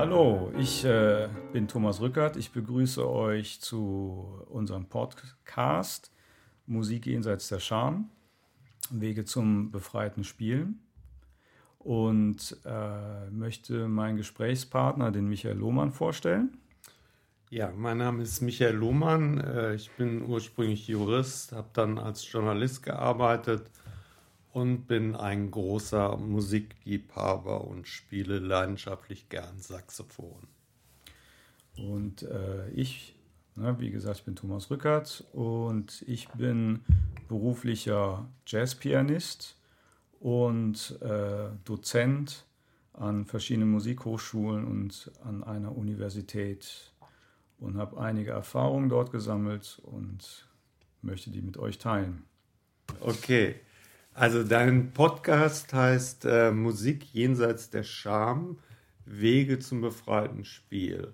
Hallo, ich bin Thomas Rückert. Ich begrüße euch zu unserem Podcast Musik jenseits der Scham, Wege zum befreiten Spielen. Und möchte meinen Gesprächspartner, den Michael Lohmann, vorstellen. Ja, mein Name ist Michael Lohmann. Ich bin ursprünglich Jurist, habe dann als Journalist gearbeitet und bin ein großer Musikliebhaber und spiele leidenschaftlich gern Saxophon. Und wie gesagt, ich bin Thomas Rückert und ich bin beruflicher Jazzpianist und Dozent an verschiedenen Musikhochschulen und an einer Universität und habe einige Erfahrungen dort gesammelt und möchte die mit euch teilen. Okay, also dein Podcast heißt Musik jenseits der Scham, Wege zum befreiten Spiel.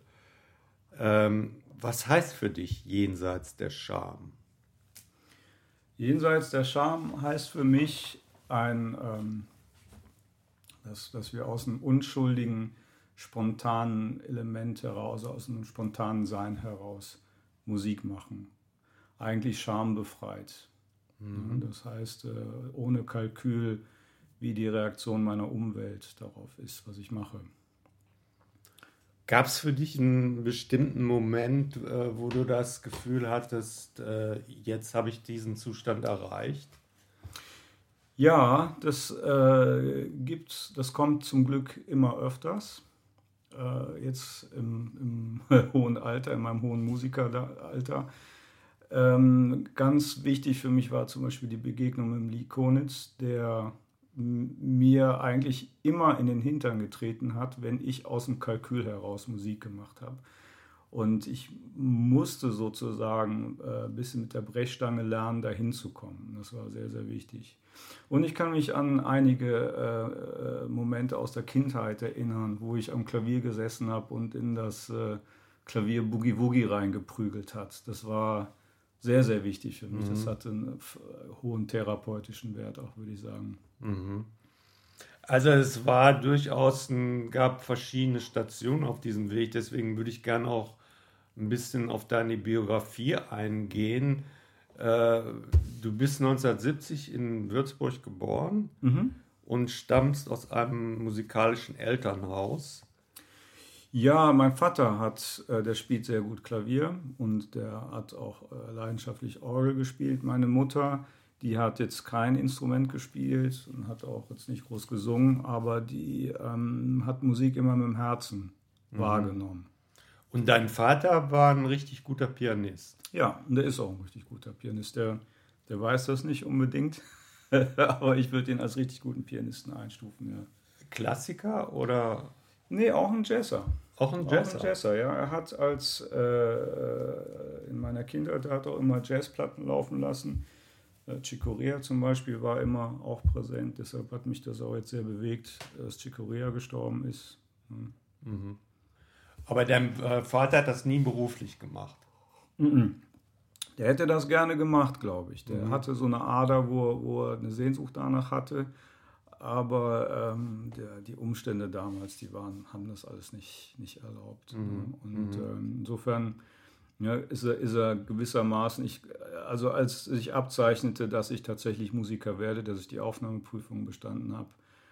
Was heißt für dich jenseits der Scham? Jenseits der Scham heißt für mich dass wir aus einem unschuldigen, spontanen Element heraus, aus einem spontanen Sein heraus Musik machen. Eigentlich schambefreit. Mhm. Das heißt, ohne Kalkül, wie die Reaktion meiner Umwelt darauf ist, was ich mache. Gab es für dich einen bestimmten Moment, wo du das Gefühl hattest, jetzt habe ich diesen Zustand erreicht? Ja, das kommt zum Glück immer öfters. Jetzt im hohen Alter, in meinem hohen Musikeralter. Ganz wichtig für mich war zum Beispiel die Begegnung mit Lee Konitz, der mir eigentlich immer in den Hintern getreten hat, wenn ich aus dem Kalkül heraus Musik gemacht habe. Und ich musste sozusagen ein bisschen mit der Brechstange lernen, dahin zu kommen. Das war sehr, sehr wichtig. Und ich kann mich an einige Momente aus der Kindheit erinnern, wo ich am Klavier gesessen habe und in das Klavier Boogie Woogie reingeprügelt hat. Das war sehr, sehr wichtig für mich. Mhm. Das hatte einen hohen therapeutischen Wert auch, würde ich sagen. Mhm. Also es war gab verschiedene Stationen auf diesem Weg, deswegen würde ich gerne auch ein bisschen auf deine Biografie eingehen. Du bist 1970 in Würzburg geboren und stammst aus einem musikalischen Elternhaus. Ja, mein Vater der spielt sehr gut Klavier und der hat auch leidenschaftlich Orgel gespielt. Meine Mutter, die hat jetzt kein Instrument gespielt und hat auch jetzt nicht groß gesungen, aber die hat Musik immer mit dem Herzen wahrgenommen. Und dein Vater war ein richtig guter Pianist. Ja, und der ist auch ein richtig guter Pianist. Der weiß das nicht unbedingt, aber ich würde ihn als richtig guten Pianisten einstufen, ja. Klassiker oder? Nee, auch ein Jazzer. Auch ein Jazzer? Auch ein Jazzer, ja. Er hat in meiner Kindheit hat auch immer Jazzplatten laufen lassen. Chick Corea zum Beispiel war immer auch präsent. Deshalb hat mich das auch jetzt sehr bewegt, dass Chick Corea gestorben ist. Mhm. Aber dein Vater hat das nie beruflich gemacht? Der hätte das gerne gemacht, glaube ich. Der hatte so eine Ader, wo er eine Sehnsucht danach hatte. Aber die Umstände damals, haben das alles nicht erlaubt. Insofern ist er gewissermaßen, also als sich abzeichnete, dass ich tatsächlich Musiker werde, dass ich die Aufnahmeprüfung bestanden habe,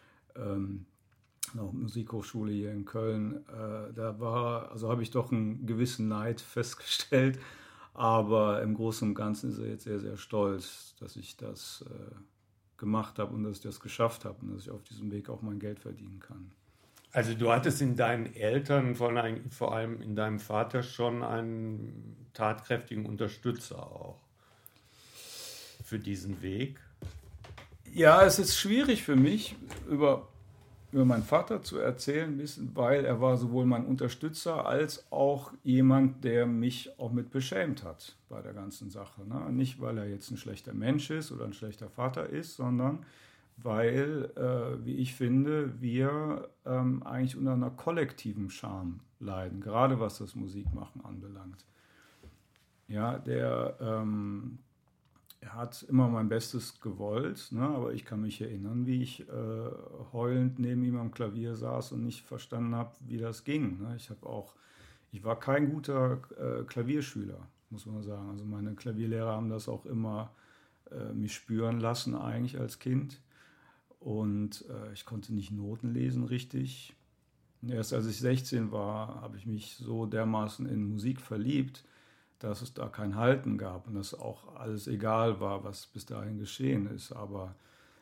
auch Musikhochschule hier in Köln, habe ich doch einen gewissen Neid festgestellt. Aber im Großen und Ganzen ist er jetzt sehr, sehr stolz, dass ich das gemacht habe und dass ich das geschafft habe und dass ich auf diesem Weg auch mein Geld verdienen kann. Also du hattest in deinen Eltern, vor allem in deinem Vater, schon einen tatkräftigen Unterstützer auch für diesen Weg? Ja, es ist schwierig für mich, über meinen Vater zu erzählen, weil er war sowohl mein Unterstützer als auch jemand, der mich auch mit beschämt hat bei der ganzen Sache. Ne? Nicht, weil er jetzt ein schlechter Mensch ist oder ein schlechter Vater ist, sondern weil, wie ich finde, wir eigentlich unter einer kollektiven Scham leiden, gerade was das Musikmachen anbelangt. Ja, er hat immer mein Bestes gewollt, ne? Aber ich kann mich erinnern, wie ich heulend neben ihm am Klavier saß und nicht verstanden habe, wie das ging. Ne? Ich war kein guter Klavierschüler, muss man sagen. Also meine Klavierlehrer haben das auch immer mich spüren lassen eigentlich als Kind. Und ich konnte nicht Noten lesen richtig. Und erst als ich 16 war, habe ich mich so dermaßen in Musik verliebt, dass es da kein Halten gab und dass auch alles egal war, was bis dahin geschehen ist. Aber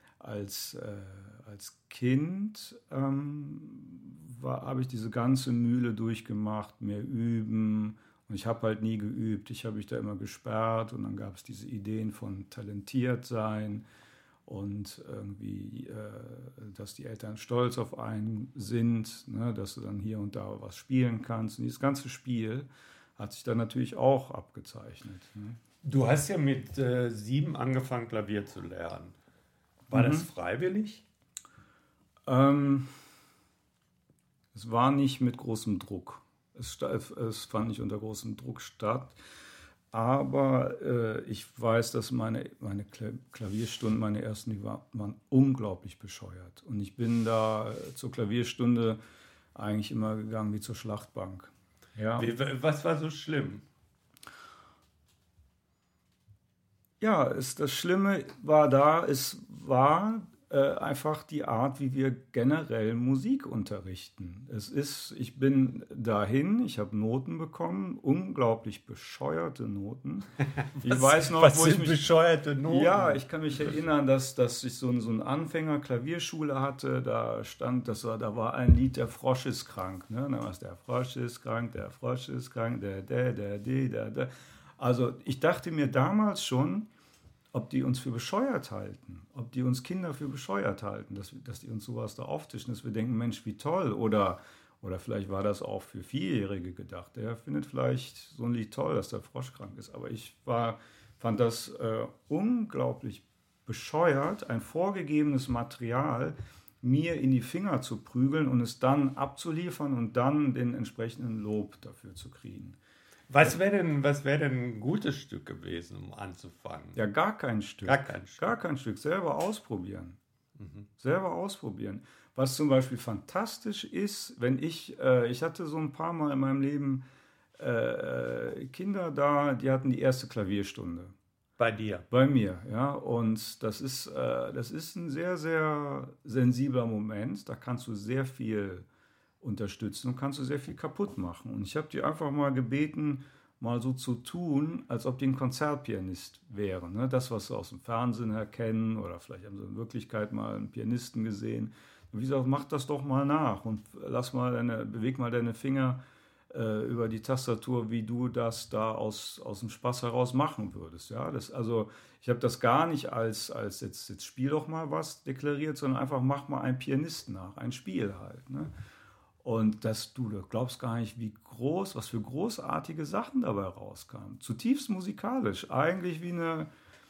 als Kind habe ich diese ganze Mühle durchgemacht, mehr üben. Und ich habe halt nie geübt. Ich habe mich da immer gesperrt und dann gab es diese Ideen von talentiert sein und irgendwie, dass die Eltern stolz auf einen sind, ne, dass du dann hier und da was spielen kannst. Und dieses ganze Spiel hat sich dann natürlich auch abgezeichnet. Ne? Du hast ja mit 7 angefangen, Klavier zu lernen. War das freiwillig? Ähm, Es war nicht mit großem Druck. Es fand nicht unter großem Druck statt. Aber ich weiß, dass meine Klavierstunden, meine ersten, waren unglaublich bescheuert. Und ich bin da zur Klavierstunde eigentlich immer gegangen wie zur Schlachtbank. Ja, Was war so schlimm? ja, das Schlimme es war einfach die Art, wie wir generell Musik unterrichten. Ich bin dahin, ich habe Noten bekommen, unglaublich bescheuerte Noten. Ich weiß noch, Was wo ich sind mich bescheuerte Noten? Ja, ich kann mich erinnern, dass ich so eine Anfänger-Klavierschule hatte. Da war ein Lied, der Frosch ist krank. Ne? Da war es, der Frosch ist krank, der Frosch ist krank, der. Also ich dachte mir damals schon, ob die uns für bescheuert halten, ob die uns Kinder für bescheuert halten, dass die uns sowas da auftischen, dass wir denken, Mensch, wie toll. Oder vielleicht war das auch für Vierjährige gedacht. Der findet vielleicht so ein Lied toll, dass der Frosch krank ist. Aber fand das unglaublich bescheuert, ein vorgegebenes Material mir in die Finger zu prügeln und es dann abzuliefern und dann den entsprechenden Lob dafür zu kriegen. Was wär denn ein gutes Stück gewesen, um anzufangen? Ja, gar kein Stück. Gar kein Stück. Gar kein Stück. Selber ausprobieren. Selber ausprobieren. Was zum Beispiel fantastisch ist, ich hatte so ein paar Mal in meinem Leben Kinder da, die hatten die erste Klavierstunde. Bei dir. Bei mir, ja. Und das ist ein sehr, sehr sensibler Moment. Da kannst du sehr viel unterstützen und kannst du sehr viel kaputt machen. Und ich habe die einfach mal gebeten, mal so zu tun, als ob die ein Konzertpianist wären. Ne? Das, was sie aus dem Fernsehen her kennen oder vielleicht haben sie in Wirklichkeit mal einen Pianisten gesehen. Und wie gesagt, mach das doch mal nach und beweg mal deine Finger über die Tastatur, wie du das da aus dem Spaß heraus machen würdest. Ja? Ich habe das gar nicht als jetzt spiel doch mal was deklariert, sondern einfach mach mal einen Pianisten nach, ein Spiel halt. Ne? Und du glaubst gar nicht, was für großartige Sachen dabei rauskamen. Zutiefst musikalisch, eigentlich wie eine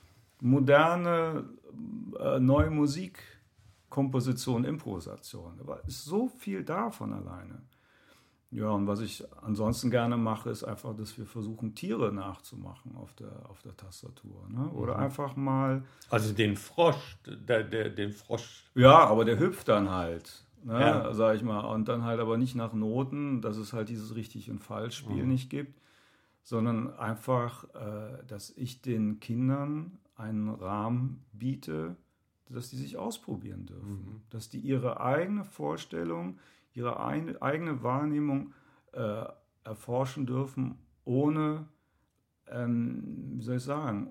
moderne neue Musikkomposition, Improvisation. Da ist so viel da von alleine. Ja, und was ich ansonsten gerne mache, ist einfach, dass wir versuchen, Tiere nachzumachen auf der Tastatur. Ne? Oder einfach mal. Also den Frosch, den Frosch. Ja, aber der hüpft dann halt. Ne, Ja. sag ich mal, und dann halt aber nicht nach Noten, dass es halt dieses Richtig- und Falschspiel nicht gibt, sondern einfach, dass ich den Kindern einen Rahmen biete, dass die sich ausprobieren dürfen, dass die ihre eigene Vorstellung, ihre eigene Wahrnehmung erforschen dürfen, ohne, wie soll ich sagen,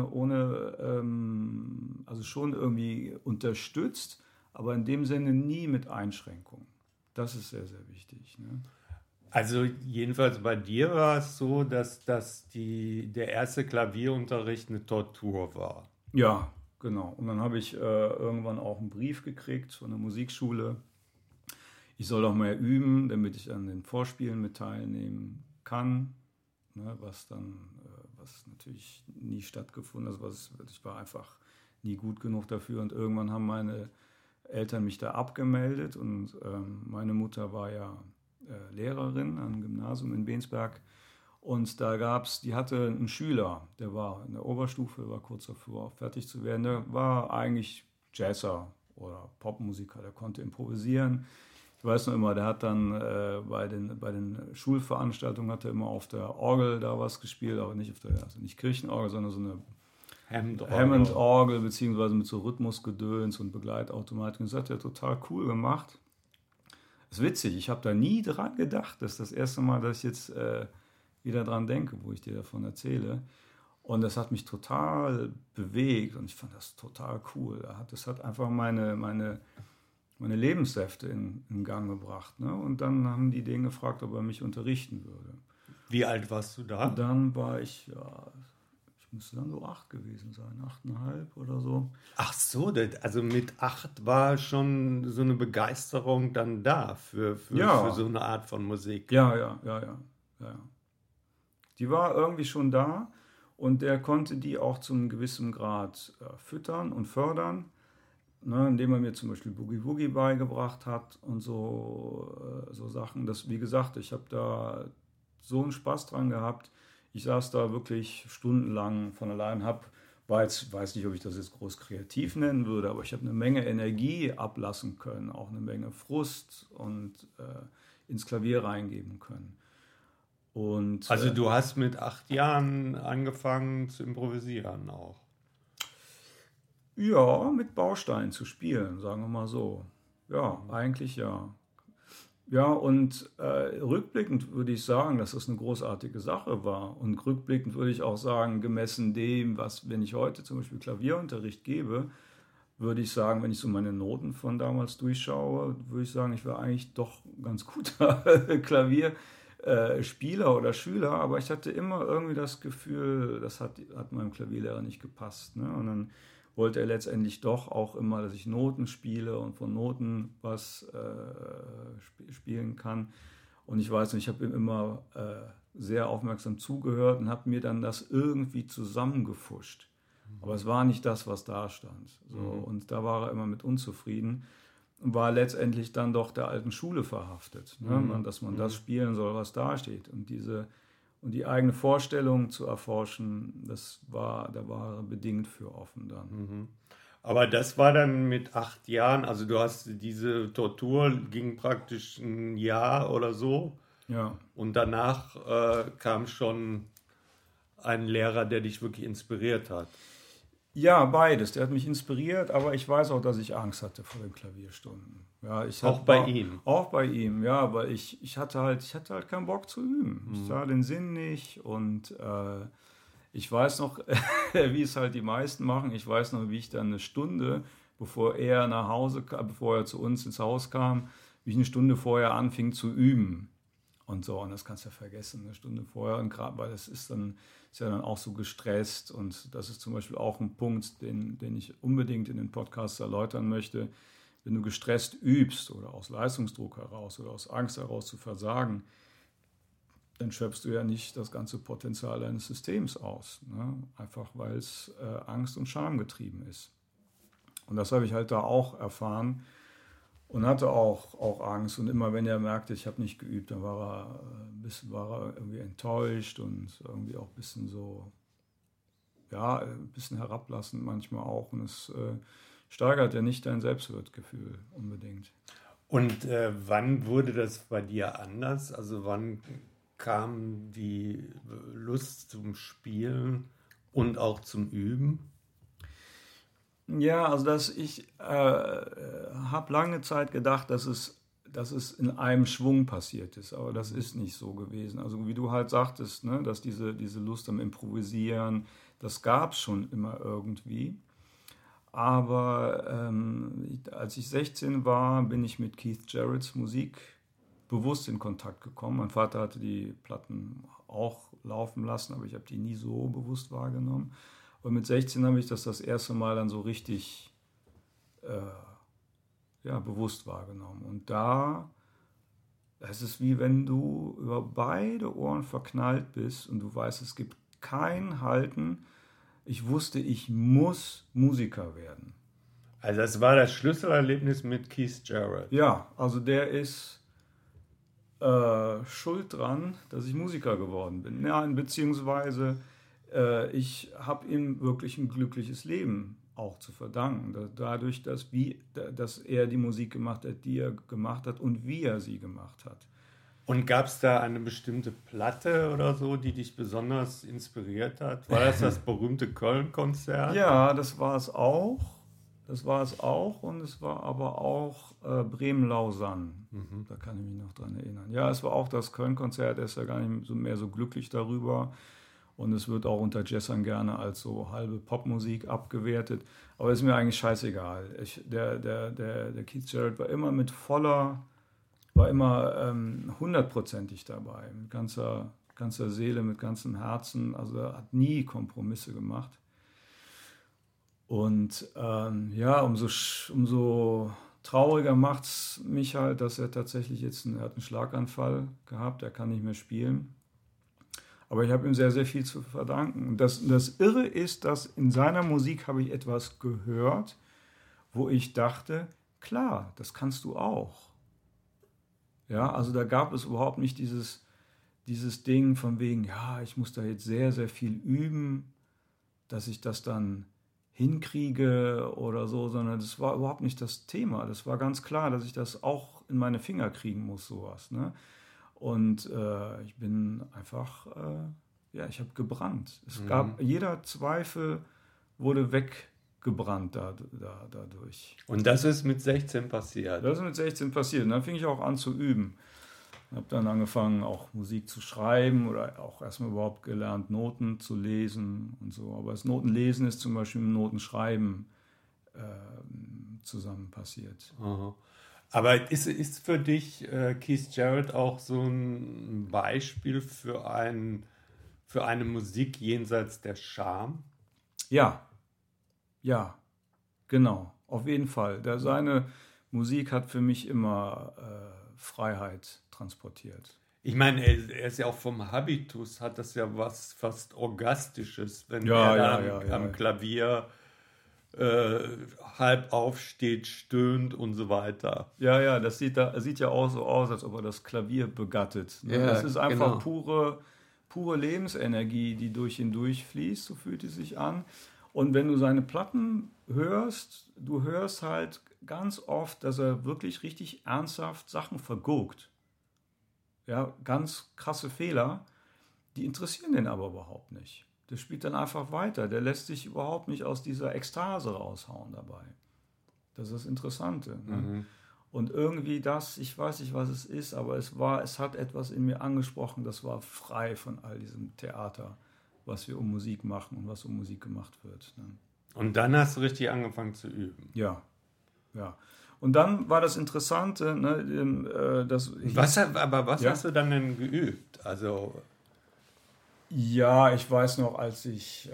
also schon irgendwie unterstützt, aber in dem Sinne nie mit Einschränkungen. Das ist sehr, sehr wichtig. Ne? Also jedenfalls bei dir war es so, dass der erste Klavierunterricht eine Tortur war. Ja, genau. Und dann habe ich irgendwann auch einen Brief gekriegt von der Musikschule. Ich soll doch mehr üben, damit ich an den Vorspielen mit teilnehmen kann. Ne, was natürlich nie stattgefunden hat. Ich war einfach nie gut genug dafür. Und irgendwann haben meine Eltern mich da abgemeldet und meine Mutter war ja Lehrerin am Gymnasium in Bensberg Und die hatte einen Schüler, der war in der Oberstufe, war kurz davor fertig zu werden. Der war eigentlich Jazzer oder Popmusiker, der konnte improvisieren. Ich weiß noch immer, der hat dann bei den Schulveranstaltungen hat er immer auf der Orgel da was gespielt, aber nicht also nicht Kirchenorgel, sondern so eine Hammond-Orgel, beziehungsweise mit so Rhythmusgedöns und Begleitautomatik. Das hat er total cool gemacht. Das ist witzig, ich habe da nie dran gedacht. Das ist das erste Mal, dass ich jetzt wieder dran denke, wo ich dir davon erzähle. Und das hat mich total bewegt und ich fand das total cool. Das hat einfach meine Lebenssäfte in Gang gebracht. Ne? Und dann haben die den gefragt, ob er mich unterrichten würde. Wie alt warst du da? Und dann war ich, ich müsste dann so 8 gewesen sein, 8,5 oder so. Ach so, also mit 8 war schon so eine Begeisterung dann da für so eine Art von Musik. Ja. Die war irgendwie schon da und der konnte die auch zu einem gewissen Grad füttern und fördern, ne, indem er mir zum Beispiel Boogie Woogie beigebracht hat und so Sachen. Wie gesagt, ich habe da so einen Spaß dran gehabt. Ich saß da wirklich stundenlang von allein, weiß nicht, ob ich das jetzt groß kreativ nennen würde, aber ich habe eine Menge Energie ablassen können, auch eine Menge Frust und ins Klavier reingeben können. Und, also du hast mit 8 Jahren angefangen zu improvisieren auch? Ja, mit Bausteinen zu spielen, sagen wir mal so. Ja, eigentlich ja. Ja, und rückblickend würde ich sagen, dass das eine großartige Sache war. Und rückblickend würde ich auch sagen, gemessen dem, wenn ich heute zum Beispiel Klavierunterricht gebe, würde ich sagen, wenn ich so meine Noten von damals durchschaue, würde ich sagen, ich war eigentlich doch ganz guter Klavierspieler oder Schüler, aber ich hatte immer irgendwie das Gefühl, das hat meinem Klavierlehrer nicht gepasst. Ne? Und dann wollte er letztendlich doch auch immer, dass ich Noten spiele und von Noten was spielen kann. Und ich weiß nicht, ich habe ihm immer sehr aufmerksam zugehört und habe mir dann das irgendwie zusammengefuscht. Aber es war nicht das, was da stand. So, und da war er immer mit unzufrieden und war letztendlich dann doch der alten Schule verhaftet. Ne? Dass man das spielen soll, was da steht. Und die eigene Vorstellung zu erforschen, da war er bedingt für offen dann. Aber das war dann mit 8 Jahren, also du hast diese Tortur, ging praktisch ein Jahr oder so. Ja. Und danach kam schon ein Lehrer, der dich wirklich inspiriert hat. Ja, beides. Der hat mich inspiriert, aber ich weiß auch, dass ich Angst hatte vor den Klavierstunden. Ja, auch bei ihm? Auch bei ihm, ja, weil ich hatte halt keinen Bock zu üben. Ich sah den Sinn nicht und ich weiß noch, wie es halt die meisten machen, ich weiß noch, wie ich dann eine Stunde, bevor er zu uns ins Haus kam, wie ich eine Stunde vorher anfing zu üben. Und so, und das kannst du ja vergessen, eine Stunde vorher. Und gerade, weil das ist ja dann auch so gestresst. Und das ist zum Beispiel auch ein Punkt, den ich unbedingt in den Podcasts erläutern möchte. Wenn du gestresst übst oder aus Leistungsdruck heraus oder aus Angst heraus zu versagen, dann schöpfst du ja nicht das ganze Potenzial deines Systems aus. Ne? Einfach weil es Angst und Scham getrieben ist. Und das habe ich halt da auch erfahren. Und hatte auch Angst. Und immer wenn er merkte, ich habe nicht geübt, dann war er irgendwie enttäuscht und irgendwie auch ein bisschen so, ja, ein bisschen herablassend manchmal auch. Und es steigert ja nicht dein Selbstwertgefühl unbedingt. Und wann wurde das bei dir anders? Also wann kam die Lust zum Spielen und auch zum Üben? Ja, also ich habe lange Zeit gedacht, dass es in einem Schwung passiert ist, aber das ist nicht so gewesen. Also wie du halt sagtest, ne, dass diese Lust am Improvisieren, das gab es schon immer irgendwie. Aber als ich 16 war, bin ich mit Keith Jarretts Musik bewusst in Kontakt gekommen. Mein Vater hatte die Platten auch laufen lassen, aber ich habe die nie so bewusst wahrgenommen. Und mit 16 habe ich das erste Mal dann so richtig bewusst wahrgenommen. Und es ist wie wenn du über beide Ohren verknallt bist und du weißt, es gibt kein Halten. Ich wusste, ich muss Musiker werden. Also das war das Schlüsselerlebnis mit Keith Jarrett. Ja, also der ist schuld dran, dass ich Musiker geworden bin. Nein, beziehungsweise ich habe ihm wirklich ein glückliches Leben auch zu verdanken. Dadurch, dass er die Musik gemacht hat, die er gemacht hat und wie er sie gemacht hat. Und gab es da eine bestimmte Platte oder so, die dich besonders inspiriert hat? War das berühmte Köln-Konzert? Ja, das war es auch. Das war es auch und es war aber auch Bremen-Lausanne. Da kann ich mich noch dran erinnern. Ja, es war auch das Köln-Konzert. Er ist ja gar nicht mehr so glücklich darüber. Und es wird auch unter Jazzern gerne als so halbe Popmusik abgewertet. Aber ist mir eigentlich scheißegal. Der Keith Jarrett war immer war immer 100%ig dabei. Mit ganzer Seele, mit ganzem Herzen. Also er hat nie Kompromisse gemacht. Und ja, umso trauriger macht es mich halt, dass er tatsächlich er hat einen Schlaganfall gehabt, er kann nicht mehr spielen. Aber ich habe ihm sehr, sehr viel zu verdanken. Und das Irre ist, dass in seiner Musik habe ich etwas gehört, wo ich dachte, klar, das kannst du auch. Ja, also da gab es überhaupt nicht dieses Ding von wegen, ja, ich muss da jetzt sehr, sehr viel üben, dass ich das dann hinkriege oder so, sondern das war überhaupt nicht das Thema. Das war ganz klar, dass ich das auch in meine Finger kriegen muss, sowas. Ne? Und ich bin einfach, ich habe gebrannt. Jeder Zweifel wurde weggebrannt dadurch. Und das ist mit 16 passiert? Das ist mit 16 passiert. Und dann fing ich auch an zu üben. Ich habe dann angefangen, auch Musik zu schreiben oder auch erstmal überhaupt gelernt, Noten zu lesen und so. Aber das Notenlesen ist zum Beispiel mit Notenschreiben zusammen passiert. Aha. Aber ist für dich Keith Jarrett auch so ein Beispiel für eine Musik jenseits der Scham? Ja, genau, auf jeden Fall. Seine Musik hat für mich immer Freiheit transportiert. Ich meine, er ist ja auch vom Habitus, hat das ja was fast Orgastisches, wenn er am Klavier halb aufsteht, stöhnt und so weiter. Ja, das sieht ja auch so aus, als ob er das Klavier begattet. Ne? Ja, das ist einfach pure Lebensenergie, die durch ihn durchfließt, so fühlt es sich an. Und wenn du seine Platten hörst, du hörst halt ganz oft, dass er wirklich richtig ernsthaft Sachen vergurkt. Ja, ganz krasse Fehler, die interessieren den aber überhaupt nicht. Der spielt dann einfach weiter, der lässt sich überhaupt nicht aus dieser Ekstase raushauen dabei. Das ist das Interessante. Ne? Mhm. Und irgendwie ich weiß nicht, was es ist, aber es hat etwas in mir angesprochen, das war frei von all diesem Theater, was wir um Musik machen und was um Musik gemacht wird. Ne? Und dann hast du richtig angefangen zu üben. Ja. Und dann war das Interessante, ne, was hast du dann denn geübt? Also ja, ich weiß noch, als ich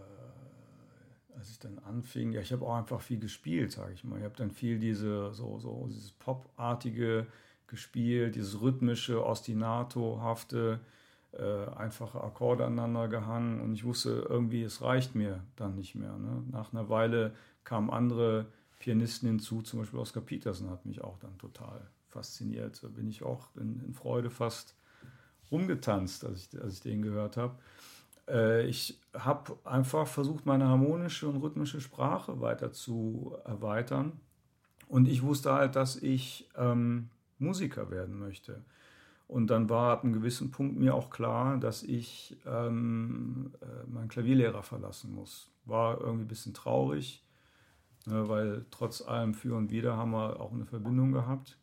dann anfing, ich habe auch einfach viel gespielt, sage ich mal. Ich habe dann viel dieses Pop-artige gespielt, dieses rhythmische, ostinatohafte, einfache Akkorde aneinander gehangen und ich wusste irgendwie, es reicht mir dann nicht mehr. Ne? Nach einer Weile kamen andere Pianisten hinzu, zum Beispiel Oscar Peterson hat mich auch dann total fasziniert. Da bin ich auch in Freude fast rumgetanzt, als ich den gehört habe. Ich habe einfach versucht, meine harmonische und rhythmische Sprache weiter zu erweitern und ich wusste halt, dass ich Musiker werden möchte. Und dann war ab einem gewissen Punkt mir auch klar, dass ich meinen Klavierlehrer verlassen muss. War irgendwie ein bisschen traurig, weil trotz allem für und wider haben wir auch eine Verbindung gehabt.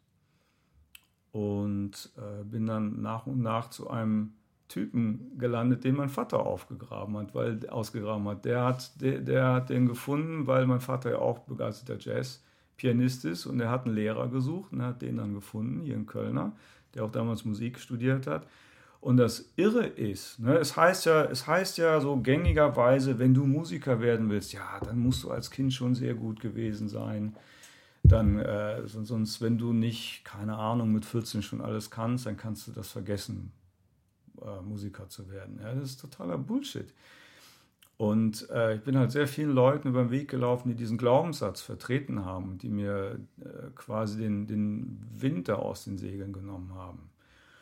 Und bin dann nach und nach zu einem Typen gelandet, den mein Vater ausgegraben hat. Der hat den gefunden, weil mein Vater ja auch begeisterter Jazz-Pianist ist und er hat einen Lehrer gesucht und hat den dann gefunden, hier in Kölner, der auch damals Musik studiert hat. Und das Irre ist, ne, es heißt ja so gängigerweise, wenn du Musiker werden willst, ja, dann musst du als Kind schon sehr gut gewesen sein. Dann, sonst, wenn du nicht, keine Ahnung, mit 14 schon alles kannst, dann kannst du das vergessen, Musiker zu werden. Ja, das ist totaler Bullshit. Und ich bin halt sehr vielen Leuten über den Weg gelaufen, die diesen Glaubenssatz vertreten haben und die mir quasi den Wind da aus den Segeln genommen haben.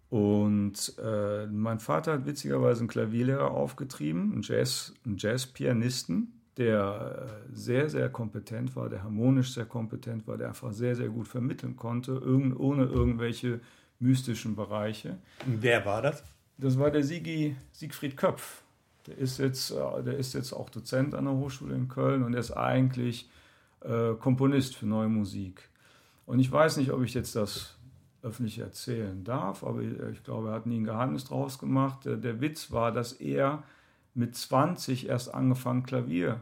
Und mein Vater hat witzigerweise einen Klavierlehrer aufgetrieben, einen Jazzpianisten, der sehr, sehr kompetent war, der harmonisch sehr kompetent war, der einfach sehr, sehr gut vermitteln konnte, ohne irgendwelche mystischen Bereiche. Wer war das? Das war der Siegfried Köpf. Der ist jetzt auch Dozent an der Hochschule in Köln und er ist eigentlich Komponist für neue Musik. Und ich weiß nicht, ob ich jetzt das öffentlich erzählen darf, aber ich glaube, er hat nie ein Geheimnis draus gemacht. Der Witz war, dass er mit 20 erst hat angefangen Klavier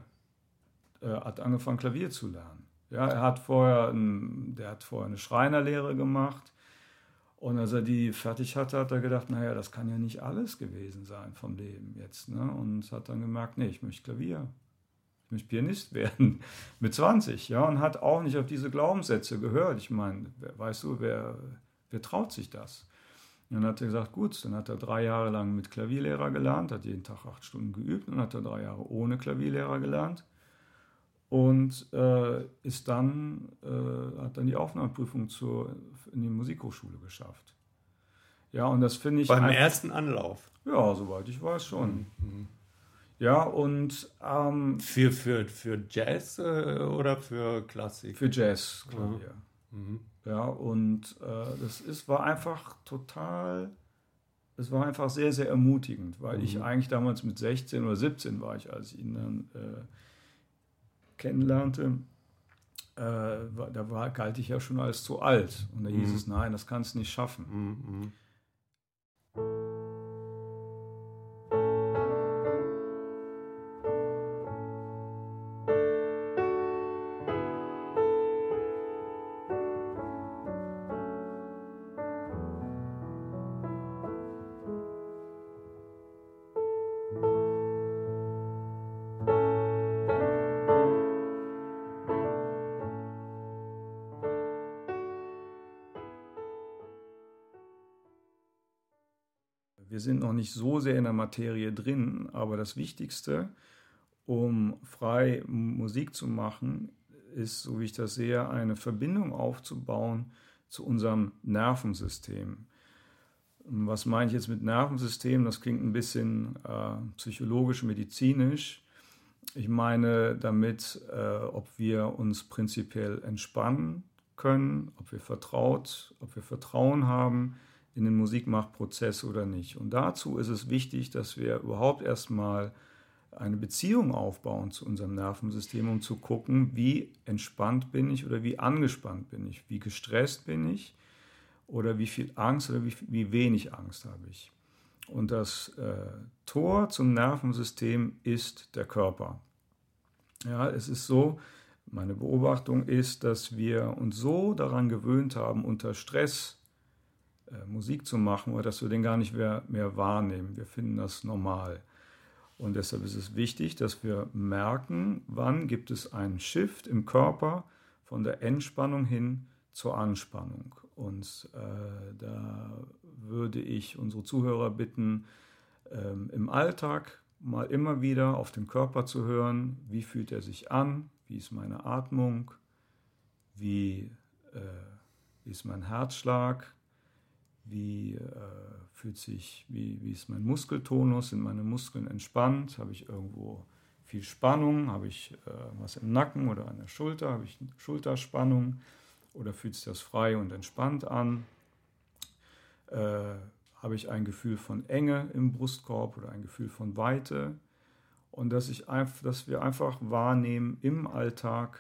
zu lernen. Ja, der hat vorher eine Schreinerlehre gemacht und als er die fertig hatte, hat er gedacht, naja, das kann ja nicht alles gewesen sein vom Leben jetzt. Ne? Und hat dann gemerkt, nee, ich möchte Pianist werden mit 20. Ja, und hat auch nicht auf diese Glaubenssätze gehört. Ich meine, weißt du, wer traut sich das? Und dann hat er gesagt, gut, dann hat er 3 Jahre lang mit Klavierlehrer gelernt, hat jeden Tag 8 Stunden geübt und hat er 3 Jahre ohne Klavierlehrer gelernt und hat dann die Aufnahmeprüfung in die Musikhochschule geschafft. Ja, und das finde ich... Beim ersten Anlauf? Ja, soweit ich weiß schon. Ja, und... Für Jazz oder für Klassik? Für Jazz, Klavier. Ja, und es war einfach sehr, sehr ermutigend, weil ich eigentlich damals mit 16 oder 17 war ich, als ich ihn dann kennenlernte, galt ich ja schon als zu alt. Und da hieß es, nein, das kannst du nicht schaffen. Wir sind noch nicht so sehr in der Materie drin, aber das Wichtigste, um frei Musik zu machen, ist, so wie ich das sehe, eine Verbindung aufzubauen zu unserem Nervensystem. Was meine ich jetzt mit Nervensystem? Das klingt ein bisschen psychologisch, medizinisch. Ich meine damit, ob wir uns prinzipiell entspannen können, ob wir Vertrauen haben in den Musikmachprozess oder nicht. Und dazu ist es wichtig, dass wir überhaupt erstmal eine Beziehung aufbauen zu unserem Nervensystem, um zu gucken, wie entspannt bin ich oder wie angespannt bin ich, wie gestresst bin ich oder wie viel Angst oder wie wenig Angst habe ich. Und das Tor zum Nervensystem ist der Körper. Ja, es ist so, meine Beobachtung ist, dass wir uns so daran gewöhnt haben, unter Stress Musik zu machen, oder dass wir den gar nicht mehr wahrnehmen. Wir finden das normal. Und deshalb ist es wichtig, dass wir merken, wann gibt es einen Shift im Körper von der Entspannung hin zur Anspannung. Und da würde ich unsere Zuhörer bitten, im Alltag mal immer wieder auf den Körper zu hören, wie fühlt er sich an, wie ist meine Atmung, wie ist mein Herzschlag, wie ist mein Muskeltonus, sind meine Muskeln entspannt, habe ich irgendwo viel Spannung, habe ich was im Nacken oder an der Schulter, habe ich Schulterspannung oder fühlt sich das frei und entspannt an, habe ich ein Gefühl von Enge im Brustkorb oder ein Gefühl von Weite und dass wir einfach wahrnehmen im Alltag,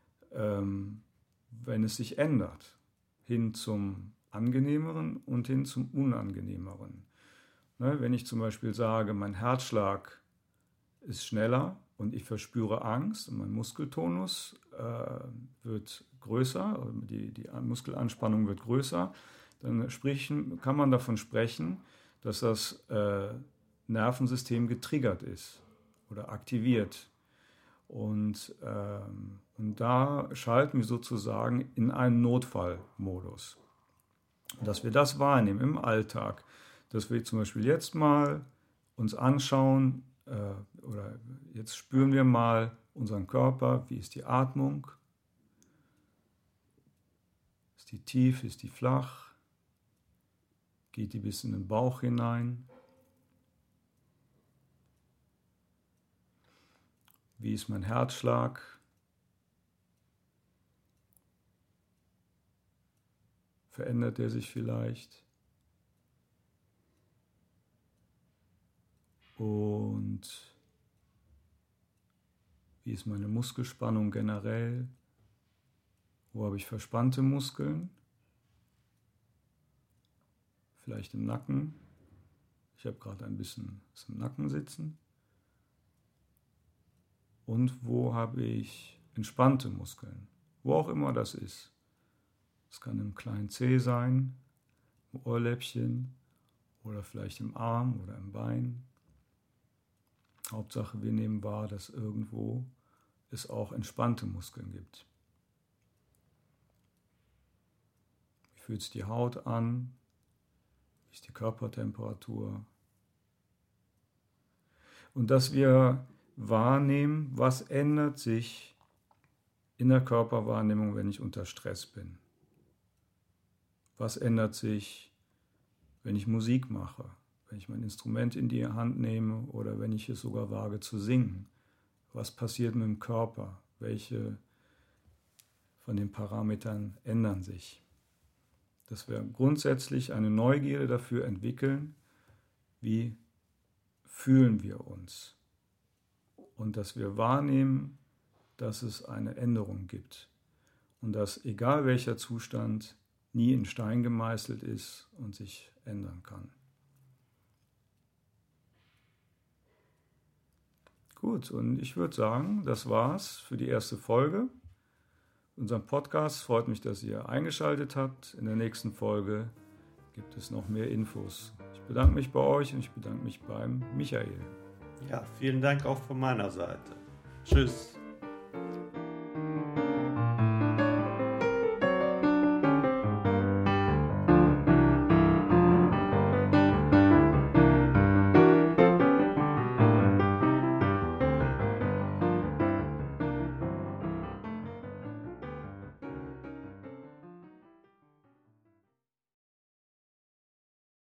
wenn es sich ändert, hin zum Angenehmeren und hin zum Unangenehmeren. Ne, wenn ich zum Beispiel sage, mein Herzschlag ist schneller und ich verspüre Angst und mein Muskeltonus wird größer, die Muskelanspannung wird größer, dann kann man davon sprechen, dass das Nervensystem getriggert ist oder aktiviert. Und da schalten wir sozusagen in einen Notfallmodus. Dass wir das wahrnehmen im Alltag, dass wir zum Beispiel jetzt mal uns anschauen oder jetzt spüren wir mal unseren Körper, wie ist die Atmung, ist die tief, ist die flach, Geht die bis in den Bauch hinein? Wie ist mein Herzschlag? Verändert er sich vielleicht? Und wie ist meine Muskelspannung generell? Wo habe ich verspannte Muskeln? Vielleicht im Nacken. Ich habe gerade ein bisschen was im Nacken sitzen. Und wo habe ich entspannte Muskeln? Wo auch immer das ist. Es kann im kleinen Zeh sein, im Ohrläppchen oder vielleicht im Arm oder im Bein. Hauptsache, wir nehmen wahr, dass irgendwo es auch entspannte Muskeln gibt. Wie fühlt sich die Haut an? Wie ist die Körpertemperatur? Und dass wir wahrnehmen, was ändert sich in der Körperwahrnehmung, wenn ich unter Stress bin. Was ändert sich, wenn ich Musik mache, wenn ich mein Instrument in die Hand nehme oder wenn ich es sogar wage zu singen? Was passiert mit dem Körper? Welche von den Parametern ändern sich? Dass wir grundsätzlich eine Neugierde dafür entwickeln, wie fühlen wir uns? Und dass wir wahrnehmen, dass es eine Änderung gibt. Und dass egal welcher Zustand nie in Stein gemeißelt ist und sich ändern kann. Gut, und ich würde sagen, das war's für die erste Folge. Unserem Podcast freut mich, dass ihr eingeschaltet habt. In der nächsten Folge gibt es noch mehr Infos. Ich bedanke mich bei euch und ich bedanke mich beim Michael. Ja, vielen Dank auch von meiner Seite. Tschüss.